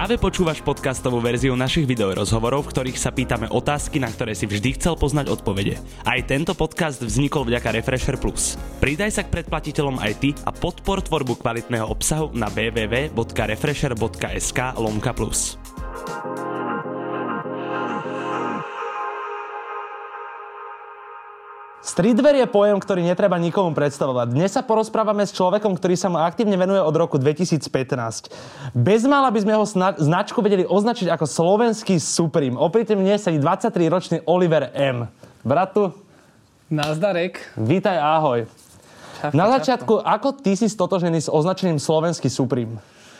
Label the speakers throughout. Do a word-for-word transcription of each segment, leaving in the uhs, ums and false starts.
Speaker 1: Práve počúvaš podcastovú verziu našich videorozhovorov, v ktorých sa pýtame otázky, na ktoré si vždy chcel poznať odpovede. Aj tento podcast vznikol vďaka Refresher Plus. Pridaj sa k predplatiteľom aj ty a podpor tvorbu kvalitného obsahu na w w w bodka refresher bodka es ka lomka plus.
Speaker 2: Streetwear je pojem, ktorý netreba nikomu predstavovať. Dnes sa porozprávame s človekom, ktorý sa mu aktívne venuje od roku dvetisícpätnásť. Bezmála by sme ho sna- značku vedeli označiť ako slovenský Supreme. Oproti mne sedí dvadsaťtriročný Oliver M. Bratu.
Speaker 3: Nazdarek.
Speaker 2: Vítaj, ahoj.
Speaker 3: Čavko,
Speaker 2: Na začiatku, čavko. Ako ty si stotožený s označením slovenský Supreme?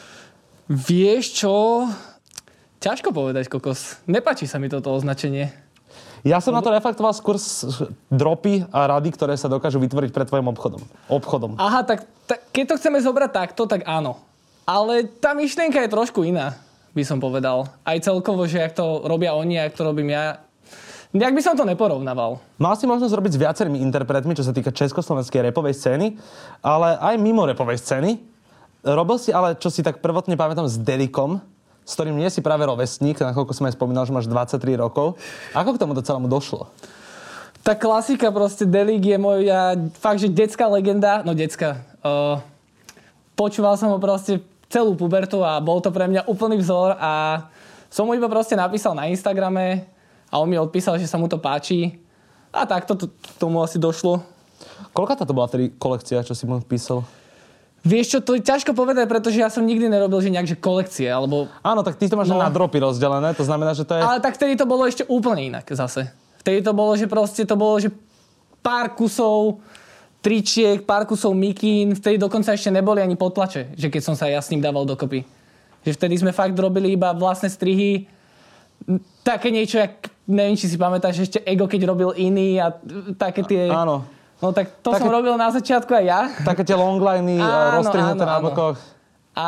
Speaker 3: Vieš čo? Ťažko povedať, kokos. Nepáči sa mi toto označenie.
Speaker 2: Ja som na to reflektoval skôr dropy a rady, ktoré sa dokážu vytvoriť pred tvojim obchodom. obchodom.
Speaker 3: Aha, tak, tak keď to chceme zobrať takto, tak áno. Ale tá myšlienka je trošku iná, by som povedal. Aj celkovo, že jak to robia oni a jak to robím ja. Jak by som to neporovnával.
Speaker 2: Mal si možnosť robiť s viacerými interpretmi, čo sa týka československej rapovej scény, ale aj mimo rapovej scény. Robil si ale, čo si tak prvotne pamätám, s Dedikom, s ktorým nie si práve rovesník, nakoľko som aj spomínal, že máš dvadsaťtri rokov. Ako k tomu celému došlo?
Speaker 3: Tá klasika proste, Delik je moja fakt, že detská legenda. No detská. Uh, počúval som ho proste celú pubertu a bol to pre mňa úplný vzor a som mu iba proste napísal na Instagrame a on mi odpísal, že sa mu to páči. A tak to tomu asi došlo.
Speaker 2: Koľka to bola vtedy kolekcia, čo si mu písal?
Speaker 3: Vieš čo, to je ťažko povedať, pretože ja som nikdy nerobil, že nejak, že kolekcie, alebo...
Speaker 2: Áno, tak ty to máš no. na dropy rozdelené, to znamená, že to je...
Speaker 3: Ale tak vtedy to bolo ešte úplne inak zase. Vtedy to bolo, že proste to bolo, že pár kusov tričiek, pár kusov mikín, vtedy dokonca ešte neboli ani potlače, že keď som sa ja s ním dával dokopy. Že vtedy sme fakt robili iba vlastné strihy, také niečo, jak, neviem, či si pamätáš, ešte Ego, keď robil iný a také tie...
Speaker 2: Áno.
Speaker 3: No tak to
Speaker 2: také,
Speaker 3: som robil na začiatku aj ja.
Speaker 2: Také tie longliny roztrihnuté na bokoch.
Speaker 3: A,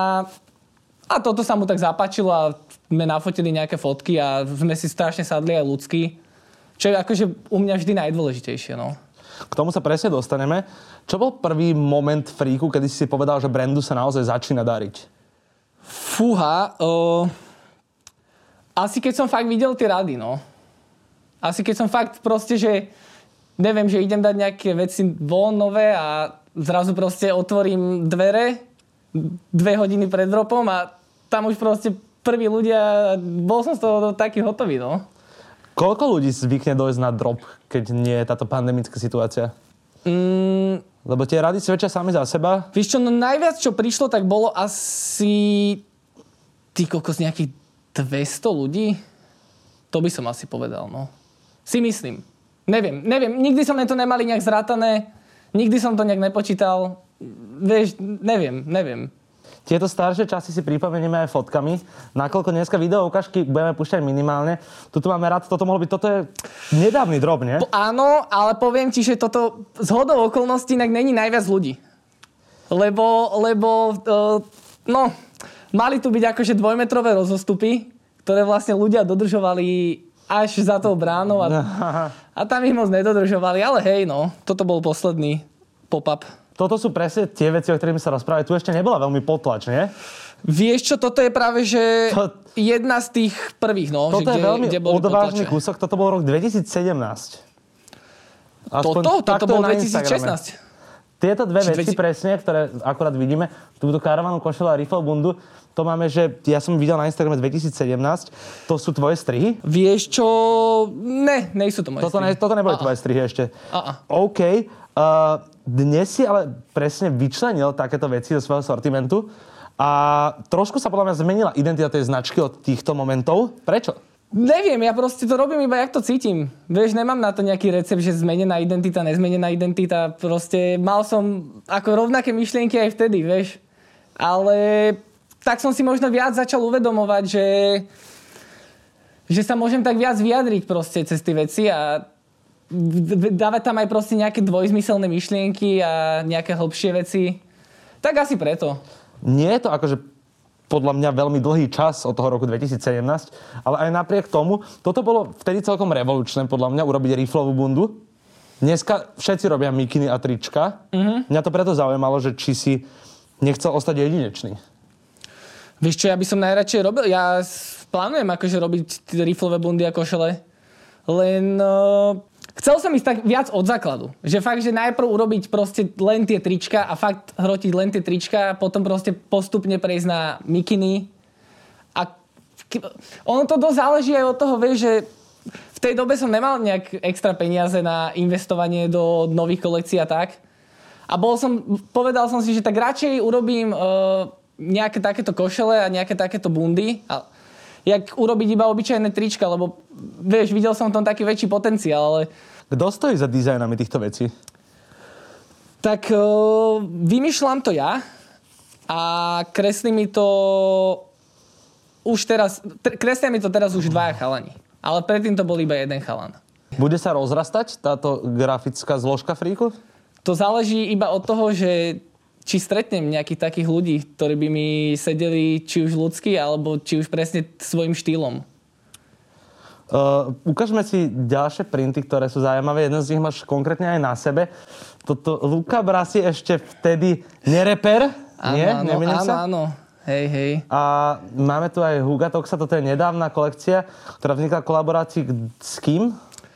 Speaker 3: a toto sa mu tak zapáčilo a sme nafotili nejaké fotky a sme si strašne sadli aj ľudsky. Čo je akože u mňa vždy najdôležitejšie, no.
Speaker 2: K tomu sa presne dostaneme. Čo bol prvý moment freaku, kedy si si povedal, že brandu sa naozaj začína dariť?
Speaker 3: Fúha. Uh, asi keď som fakt videl tie rady, no. Asi keď som fakt proste, že neviem, že idem dať nejaké veci von nové a zrazu proste otvorím dvere dve hodiny pred dropom a tam už proste prví ľudia, bol som z toho taký hotový, no.
Speaker 2: Koľko ľudí zvykne dojsť na drop, keď nie je táto pandemická situácia?
Speaker 3: Mm,
Speaker 2: Lebo tie rady svedčia sami za seba.
Speaker 3: Víš čo, no najviac, čo prišlo, tak bolo asi ty kokos nejakých dvesto ľudí. To by som asi povedal, no. Si myslím. Neviem, neviem. Nikdy som to nemali nejak zrátané. Nikdy som to nejak nepočítal. Vieš, neviem, neviem.
Speaker 2: Tieto staršie časy si pripomenieme aj fotkami. Nakoľko dneska video ukážky budeme púšťať minimálne. Tuto máme rád, toto mohlo byť, toto je nedávny drop, nie?
Speaker 3: Po, áno, ale poviem ti, že toto zhodou okolností inak není najviac ľudí. Lebo, lebo, uh, no, mali tu byť akože dvojmetrové rozostupy, ktoré vlastne ľudia dodržovali až za tou bránou a, a tam ich moc nedodržovali. Ale hej, no, toto bol posledný pop-up.
Speaker 2: Toto sú presne tie veci, o ktorými sa rozprávali. Tu ešte nebola veľmi potlač, nie?
Speaker 3: Vieš čo, toto je práve, že to, jedna z tých prvých, no.
Speaker 2: Toto
Speaker 3: že
Speaker 2: je
Speaker 3: kde,
Speaker 2: veľmi
Speaker 3: kde
Speaker 2: odvážny kúsok. Toto bol rok dvetisícsedemnásť.
Speaker 3: Aspoň toto? Toto bol dvetisícšestnásť.
Speaker 2: Tieto dve
Speaker 3: Či
Speaker 2: veci
Speaker 3: dvetisíc...
Speaker 2: presne, ktoré akurát vidíme, túto karavanu košelu a rifle bundu, to máme, že ja som videl na Instagrame dvetisícsedemnásť. To sú tvoje strihy?
Speaker 3: Vieš čo? Ne, nejsú to moje
Speaker 2: toto
Speaker 3: strihy.
Speaker 2: Ne, toto neboli
Speaker 3: A-a.
Speaker 2: tvoje strihy ešte.
Speaker 3: A-a.
Speaker 2: OK. Uh, dnes si ale presne vyčlenil takéto veci zo svojho sortimentu a trošku sa podľa mňa zmenila identita tej značky od týchto momentov. Prečo?
Speaker 3: Neviem, ja proste to robím iba, jak to cítim. Vieš, nemám na to nejaký recept, že zmenená identita, nezmenená identita. Proste mal som ako rovnaké myšlienky aj vtedy, vieš. Ale tak som si možno viac začal uvedomovať, že, že sa môžem tak viac vyjadriť proste cez tie veci a dávať tam aj proste nejaké dvojzmyselné myšlienky a nejaké hlbšie veci. Tak asi preto.
Speaker 2: Nie je to akože podľa mňa veľmi dlhý čas od toho roku dvetisícsedemnásť, ale aj napriek tomu, toto bolo vtedy celkom revolučné podľa mňa urobiť riflovú bundu. Dneska všetci robia mikiny a trička. Mm-hmm. Mňa to preto zaujímalo, že či si nechcel ostať jedinečný.
Speaker 3: Vieš čo, ja by som najradšej robil? Ja plánujem akože robiť riflové bundy a košele. Len uh, chcel som ísť tak viac od základu. Že fakt, že najprv urobiť proste len tie trička a fakt hrotiť len tie trička, potom proste postupne prejsť na mikiny. A ono to dosť záleží aj od toho, vieš, že v tej dobe som nemal nejak extra peniaze na investovanie do nových kolekcií a tak. A bol som, povedal som si, že tak radšej urobím uh, nejaké takéto košele a nejaké takéto bundy. A jak urobiť iba obyčajné trička, lebo vieš, videl som v tom taký väčší potenciál, ale...
Speaker 2: Kto stojí za dizajnami týchto vecí?
Speaker 3: Tak uh, vymýšľam to ja a kreslí mi to už teraz, kreslia mi to teraz už dvaja chalani. Ale predtým to bol iba jeden chalan.
Speaker 2: Bude sa rozrastať táto grafická zložka Freaku?
Speaker 3: To záleží iba od toho, že či stretnem nejakých takých ľudí, ktorí by mi sedeli či už ľudsky, alebo či už presne svojim štýlom.
Speaker 2: Uh, ukážme si ďalšie printy, ktoré sú zaujímavé. Jeden z nich máš konkrétne aj na sebe. Toto Luca Brasi ešte vtedy nereper,
Speaker 3: áno,
Speaker 2: nie?
Speaker 3: Áno,
Speaker 2: Nemýlim
Speaker 3: áno,
Speaker 2: sa?
Speaker 3: áno. Hej, hej.
Speaker 2: A máme tu aj Huga Toxa, toto je nedávna kolekcia, ktorá vznikla v kolaborácii s kým?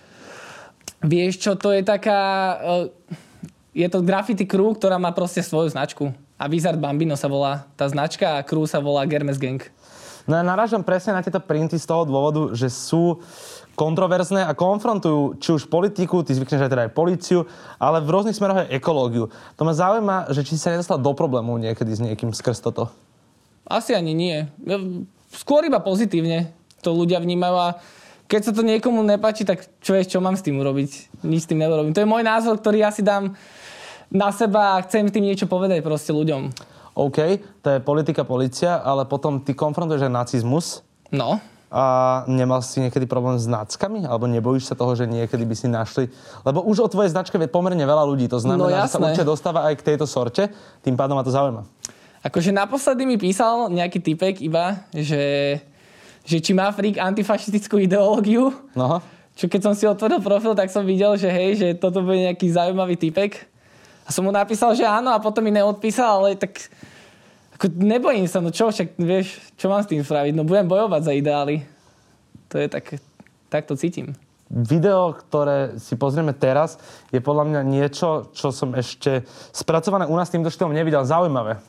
Speaker 3: Vieš čo, to je taká... Uh, je to Graffiti Crew, ktorá má proste svoju značku. A Wizard Bambino sa volá tá značka a crew sa volá Germes Gang.
Speaker 2: No ja narážam presne na tieto printy z toho dôvodu, že sú kontroverzné a konfrontujú či už politiku, ty zvykneš aj teda aj políciu, ale v rôznych smeroch aj ekológiu. To ma zaujíma, že či sa nedostal do problémov niekedy s niekým skrz toto.
Speaker 3: Asi ani nie. Skôr iba pozitívne to ľudia vnímajú a keď sa to niekomu nepáči, tak čo vieš, čo mám s tým urobiť? Nič s tým neurobím. To je môj názor, ktorý ja si dám na seba a chcem tým niečo povedať proste ľuďom.
Speaker 2: OK, to je politika, polícia, ale potom ty konfrontuješ aj nacizmus.
Speaker 3: No.
Speaker 2: A nemal si niekedy problém s náckami? Alebo nebojíš sa toho, že niekedy by si našli? Lebo už o tvojej značke vie pomerne veľa ľudí. To znamená,
Speaker 3: no,
Speaker 2: že sa určite dostáva aj k tejto sorte. Tým pádom ma to zaujíma.
Speaker 3: Akože naposledy mi písal nejaký typek iba, že, že či má Freak antifašistickú ideológiu.
Speaker 2: Noho.
Speaker 3: Čo keď som si otvoril profil, tak som videl, že hej, že toto bude nejaký zaujímavý typek. A som mu napísal, že áno, a potom mi neodpísal, ale tak ako nebojím sa, no čo, však vieš, čo mám s tým spraviť? No budem bojovať za ideály. To je tak, tak to cítim.
Speaker 2: Video, ktoré si pozrieme teraz, je podľa mňa niečo, čo som ešte spracované u nás týmto štýlom nevidel. Zaujímavé.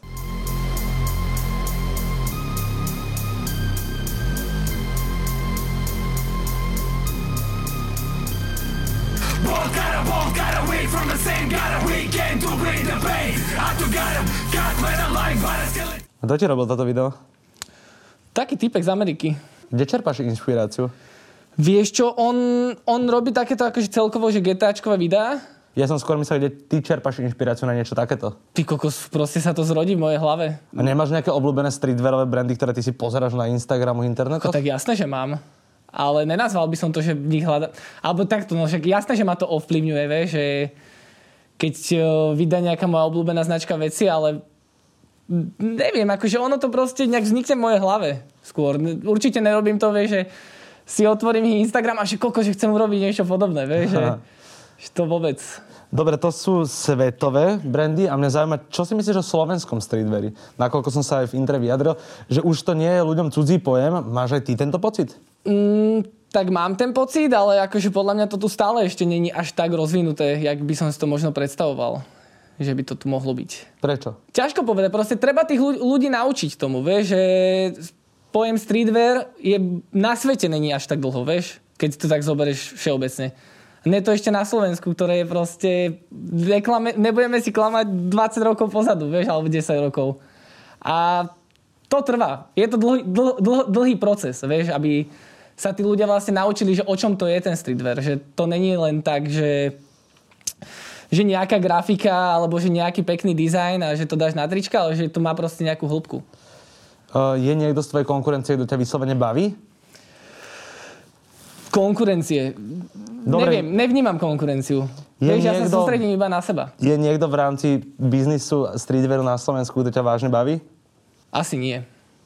Speaker 2: A kto ti robil toto video?
Speaker 3: Taký typek z Ameriky.
Speaker 2: Kde čerpáš inšpiráciu?
Speaker 3: Vieš čo, on, on robí takéto akože celkovo, že GTAčkové videá.
Speaker 2: Ja som skôr myslel, kde ty čerpáš inšpiráciu na niečo takéto.
Speaker 3: Ty kokos, proste sa to zrodí v mojej hlave.
Speaker 2: A nemáš nejaké obľúbené streetwearové brandy, ktoré ty si pozeráš na Instagramu, internetu?
Speaker 3: Tak jasné, že mám. Ale nenazval by som to, že v nich hľadám. Alebo takto, no však jasné, že ma to ovplyvňuje, vieš, že keď vydá nejaká moja obľúbená značka veci, ale neviem, akože ono to proste nejak vznikne v mojej hlave skôr. Určite nerobím to, vieš, že si otvorím Instagram a že koko, že chcem urobiť niečo podobné, vieš, že, že to vôbec.
Speaker 2: Dobre, to sú svetové brandy a mňa zaujíma, čo si myslíš o slovenskom streetweari? Nakoľko som sa aj v intre vyjadril, že už to nie je ľuďom cudzí pojem. Máš aj ty tento pocit?
Speaker 3: Mm, tak mám ten pocit, ale akože podľa mňa to tu stále ešte nie je až tak rozvinuté, jak by som si to možno predstavoval, že by to tu mohlo byť.
Speaker 2: Prečo?
Speaker 3: Ťažko povedať, proste treba tých ľudí naučiť tomu, vieš, že pojem streetwear je na svete není až tak dlho, vieš, keď to tak zoberieš všeobecne. Nie to ešte na Slovensku, ktoré je proste... Neklame, nebudeme si klamať dvadsať rokov pozadu, vieš, alebo desať rokov. A to trvá. Je to dlhý, dlh, dlh, dlhý proces, vieš, aby sa tí ľudia vlastne naučili, že o čom to je ten streetwear. Že to není len tak, že, že nejaká grafika, alebo že nejaký pekný dizajn a že to dáš na trička, ale že to má proste nejakú hĺbku.
Speaker 2: Uh, je niekto z tvojej konkurencie, kto ťa vyslovene baví?
Speaker 3: Konkurencie. Dobre. Neviem, nevnímam konkurenciu. Je Vieš, niekto, ja sa sústredím iba na seba.
Speaker 2: Je niekto v rámci biznisu streetwearu na Slovensku, kto ťa vážne baví?
Speaker 3: Asi nie.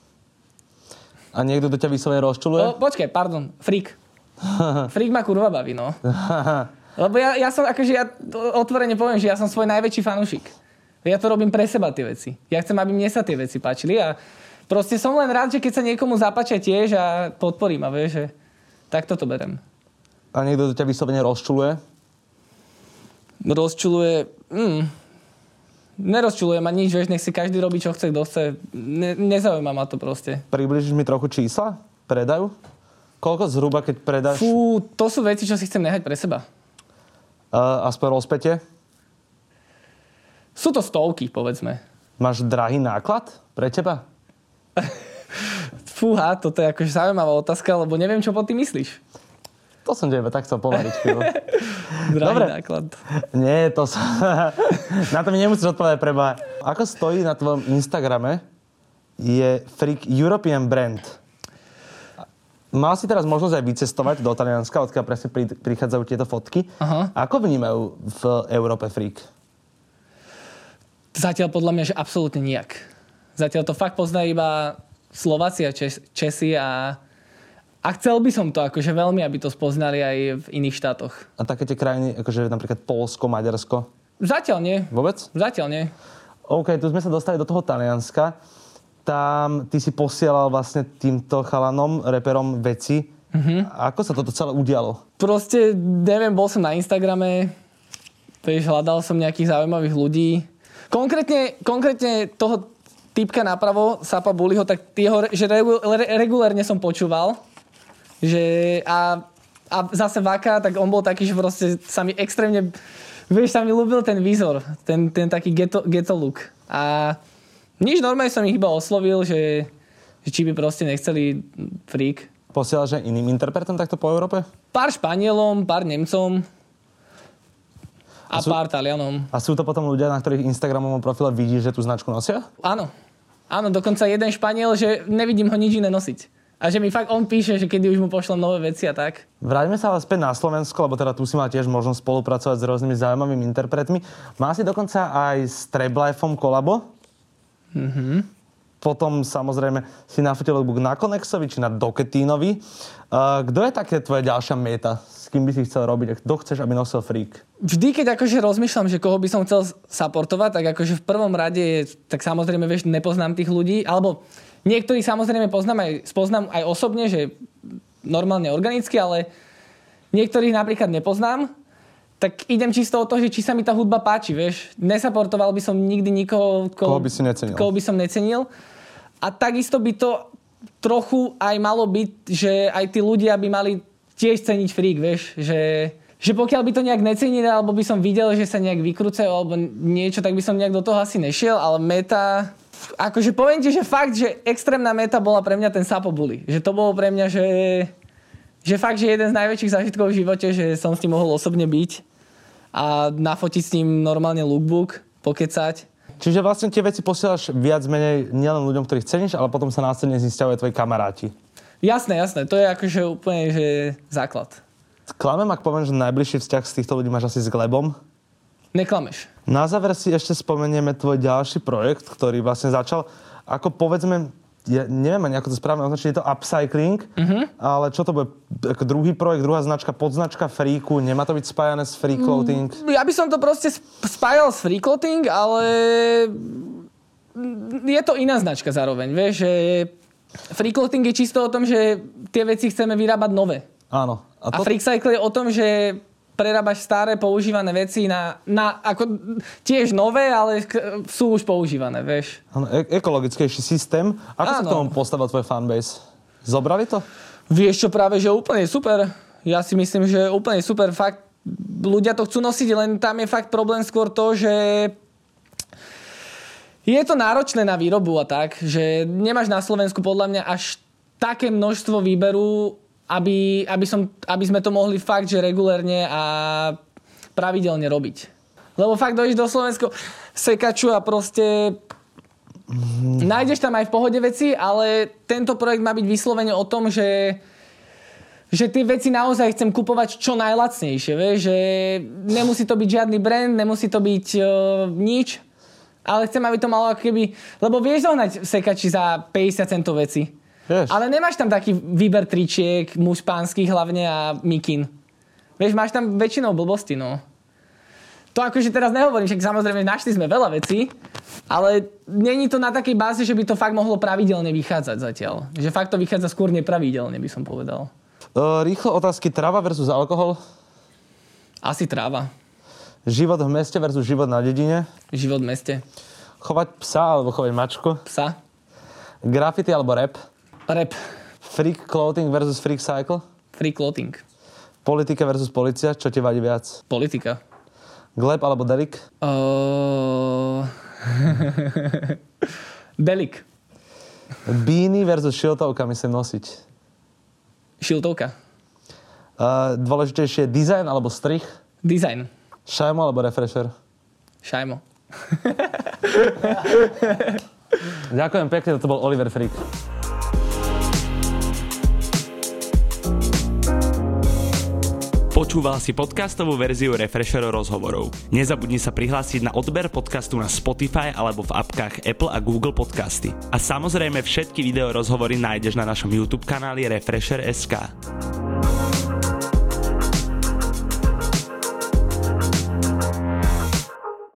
Speaker 2: A niekto, kto ťa vyslovene rozčuluje?
Speaker 3: O, počkaj, pardon. Freak. Freak ma kurva baví, no. Lebo ja, ja som, akože ja otvorene poviem, že ja som svoj najväčší fanúšik. Ja to robím pre seba tie veci. Ja chcem, aby mne sa tie veci páčili a proste som len rád, že keď sa niekomu zapáčia tiež a podporím a vieš, že takto to berem.
Speaker 2: A niekto to ťa vyslovene rozčuluje?
Speaker 3: Rozčuluje... Mm. Nerozčuluje ma nič, vieš, nech si každý robí, čo chce, kto chce. Ne, nezaujíma ma to proste.
Speaker 2: Približíš mi trochu čísla? Predajú? Koľko zhruba, keď predáš?
Speaker 3: Fú, to sú veci, čo si chcem nehať pre seba.
Speaker 2: Uh, aspoň rozpätie?
Speaker 3: Sú to stovky, povedzme.
Speaker 2: Máš drahý náklad pre teba?
Speaker 3: Fúha, toto je akože zaujímavá otázka, lebo neviem, čo pod tým myslíš.
Speaker 2: To som tebe tak chcel pomariť chvíľu.
Speaker 3: Drahý
Speaker 2: Dobre.
Speaker 3: náklad.
Speaker 2: Nie, to som... Na to mi nemusíš odpovedať preba. Ako stojí na tvojom Instagrame je Freak European brand. Mal si teraz možnosť aj vycestovať do Talianska, odkiaľ presne prichádzajú tieto fotky. Aha. Ako vnímajú v Európe Freak?
Speaker 3: Zatiaľ podľa mňa, že absolútne nijak. Zatiaľ to fakt poznajú iba Slováci a Čes- Česi a, a chcel by som to akože veľmi, aby to spoznali aj v iných štátoch.
Speaker 2: A také tie krajiny, akože napríklad Poľsko, Maďarsko?
Speaker 3: Zatiaľ nie.
Speaker 2: Vôbec?
Speaker 3: Zatiaľ nie.
Speaker 2: OK, tu sme sa dostali do toho Talianska. Tam ty si posielal vlastne týmto chalanom, reperom veci. Mm-hmm. Ako sa toto celé udialo?
Speaker 3: Proste, neviem, bol som na Instagrame, vieš, hľadal som nejakých zaujímavých ľudí. Konkrétne, konkrétne toho typka napravo, Sapa Buliho, tak jeho, že regu, re, regulérne som počúval. Že a, a zase Vaka, tak on bol taký, že proste sa mi extrémne, vieš, sa mi ľúbil ten výzor, ten, ten taký ghetto, ghetto look. A nič, normálne som ich iba oslovil, že, že či by proste nechceli Freak.
Speaker 2: Posielaš aj iným interpretom takto po Európe?
Speaker 3: Pár Španielom, pár Nemcom a, a sú, pár Talianom.
Speaker 2: A sú to potom ľudia, na ktorých Instagramovom profile vidíš, že tú značku nosia?
Speaker 3: Áno. Áno, dokonca jeden Španiel, že nevidím ho nič iné nosiť. A že mi fakt on píše, že kedy už mu pošlem nové veci a tak.
Speaker 2: Vráťme sa ale späť na Slovensko, lebo teda tu si mal tiež možnosť spolupracovať s rôznymi zaujímavými interpretmi. Má si dokonca aj s Treblifeom kolabo?
Speaker 3: Mhm.
Speaker 2: Potom samozrejme si nafotil buď na Konexovi, či na Doketínovi. Uh, kto je také tvoja ďalšia meta? S kým by si chcel robiť? A kto chceš, aby nosil Freak?
Speaker 3: Vždy, keď akože rozmýšľam, že koho by som chcel supportovať, tak akože v prvom rade, tak samozrejme, vieš, nepoznám tých ľudí, alebo niektorých samozrejme poznám aj, spoznám aj osobne, že normálne organicky, ale niektorých napríklad nepoznám, tak idem čisto o to, že či sa mi tá hudba páči, vieš. Nesupportoval by som nikdy nikoho, koho,
Speaker 2: koho by si necenil.
Speaker 3: Koho by som necenil. A takisto by to trochu aj malo byť, že aj tí ľudia by mali tiež ceniť Freak, vieš, že, že pokiaľ by to nejak necenili, alebo by som videl, že sa nejak vykrúcajú, alebo niečo, tak by som nejak do toho asi nešiel, ale meta, akože poviem ti, že fakt, že extrémna meta bola pre mňa ten Sapo Bully. Že to bolo pre mňa, že, že fakt, že jeden z najväčších zážitkov v živote, že som s ním mohol osobne byť a nafotiť s ním normálne lookbook, pokecať.
Speaker 2: Čiže vlastne tie veci posielaš viac menej nielen ľuďom, ktorých ceníš, ale potom sa následne zisťajú aj tvoji kamaráti.
Speaker 3: Jasné, jasné. To je akože úplne že základ.
Speaker 2: Klamem, ak poviem, že najbližší vzťah z týchto ľudí máš asi s Glebom?
Speaker 3: Neklameš.
Speaker 2: Na záver si ešte spomenieme tvoj ďalší projekt, ktorý vlastne začal ako povedzme, ja neviem ani ako to správne označiť, je to upcycling, mm-hmm. ale čo to bude? Ako druhý projekt, druhá značka, podznačka Freaku, nemá to byť spájané s Free Clothing?
Speaker 3: Ja by som to proste spájal s Free Clothing, ale je to iná značka zároveň, vieš, že Free Clothing je čisto o tom, že tie veci chceme vyrábať nové.
Speaker 2: Áno.
Speaker 3: A, to... a Freak Cycle je o tom, že prerábaš staré používané veci na, na ako tiež nové, ale sú už používané, vieš.
Speaker 2: Áno, e- ekologickejší systém. Ako Áno. sa k tomu postavil tvoj fanbase? Zobrali to? Vieš
Speaker 3: čo, práve, že úplne super. Ja si myslím, že úplne super. Fakt, ľudia to chcú nosiť, len tam je fakt problém skôr to, že je to náročné na výrobu a tak, že nemáš na Slovensku podľa mňa až také množstvo výberu, aby, aby, som, aby sme to mohli fakt, že regulérne a pravidelne robiť. Lebo fakt dojdeš do Slovensko sekaču a proste mm. nájdeš tam aj v pohode veci, ale tento projekt má byť vyslovene o tom, že, že tie veci naozaj chcem kupovať čo najlacnejšie. Vieš? Že nemusí to byť žiadny brand, nemusí to byť uh, nič, ale chcem, aby to malo ako keby... Lebo vieš zohnať sekači za päťdesiat centov veci. Yes. Ale nemáš tam taký výber tričiek, muž pánskych hlavne a mikin. Vieš, máš tam väčšinou blbosti, no. To akože teraz nehovorím, však samozrejme našli sme veľa vecí, Ale není to na takej báze, že by to fakt mohlo pravidelne vychádzať zatiaľ. Že fakt to vychádza skôr nepravidelne, by som povedal.
Speaker 2: Uh, rýchlo otázky. Tráva versus alkohol?
Speaker 3: Asi tráva.
Speaker 2: Život v meste versus život na dedine?
Speaker 3: Život v meste.
Speaker 2: Chovať psa alebo chovať mačku?
Speaker 3: Psa.
Speaker 2: Graffiti alebo rap?
Speaker 3: Rap.
Speaker 2: Freak clothing versus freak cycle?
Speaker 3: Free clothing.
Speaker 2: Politika versus policia? Čo ti vadí viac?
Speaker 3: Politika.
Speaker 2: Gleb alebo delik?
Speaker 3: Uh... Delik.
Speaker 2: Bíny versus šiltovka myslím nosiť.
Speaker 3: Šiltovka.
Speaker 2: Uh, dôležitejšie design alebo strich?
Speaker 3: Design.
Speaker 2: Šajmo alebo refresher?
Speaker 3: Šajmo.
Speaker 2: Ďakujem pekne, to bol Oliver Freak.
Speaker 1: Počúval si podcastovú verziu Refresher rozhovorov. Nezabudni sa prihlásiť na odber podcastu na Spotify alebo v apkách Apple a Google Podcasty. A samozrejme všetky video rozhovory nájdeš na našom YouTube kanáli Refresher bodka es ká.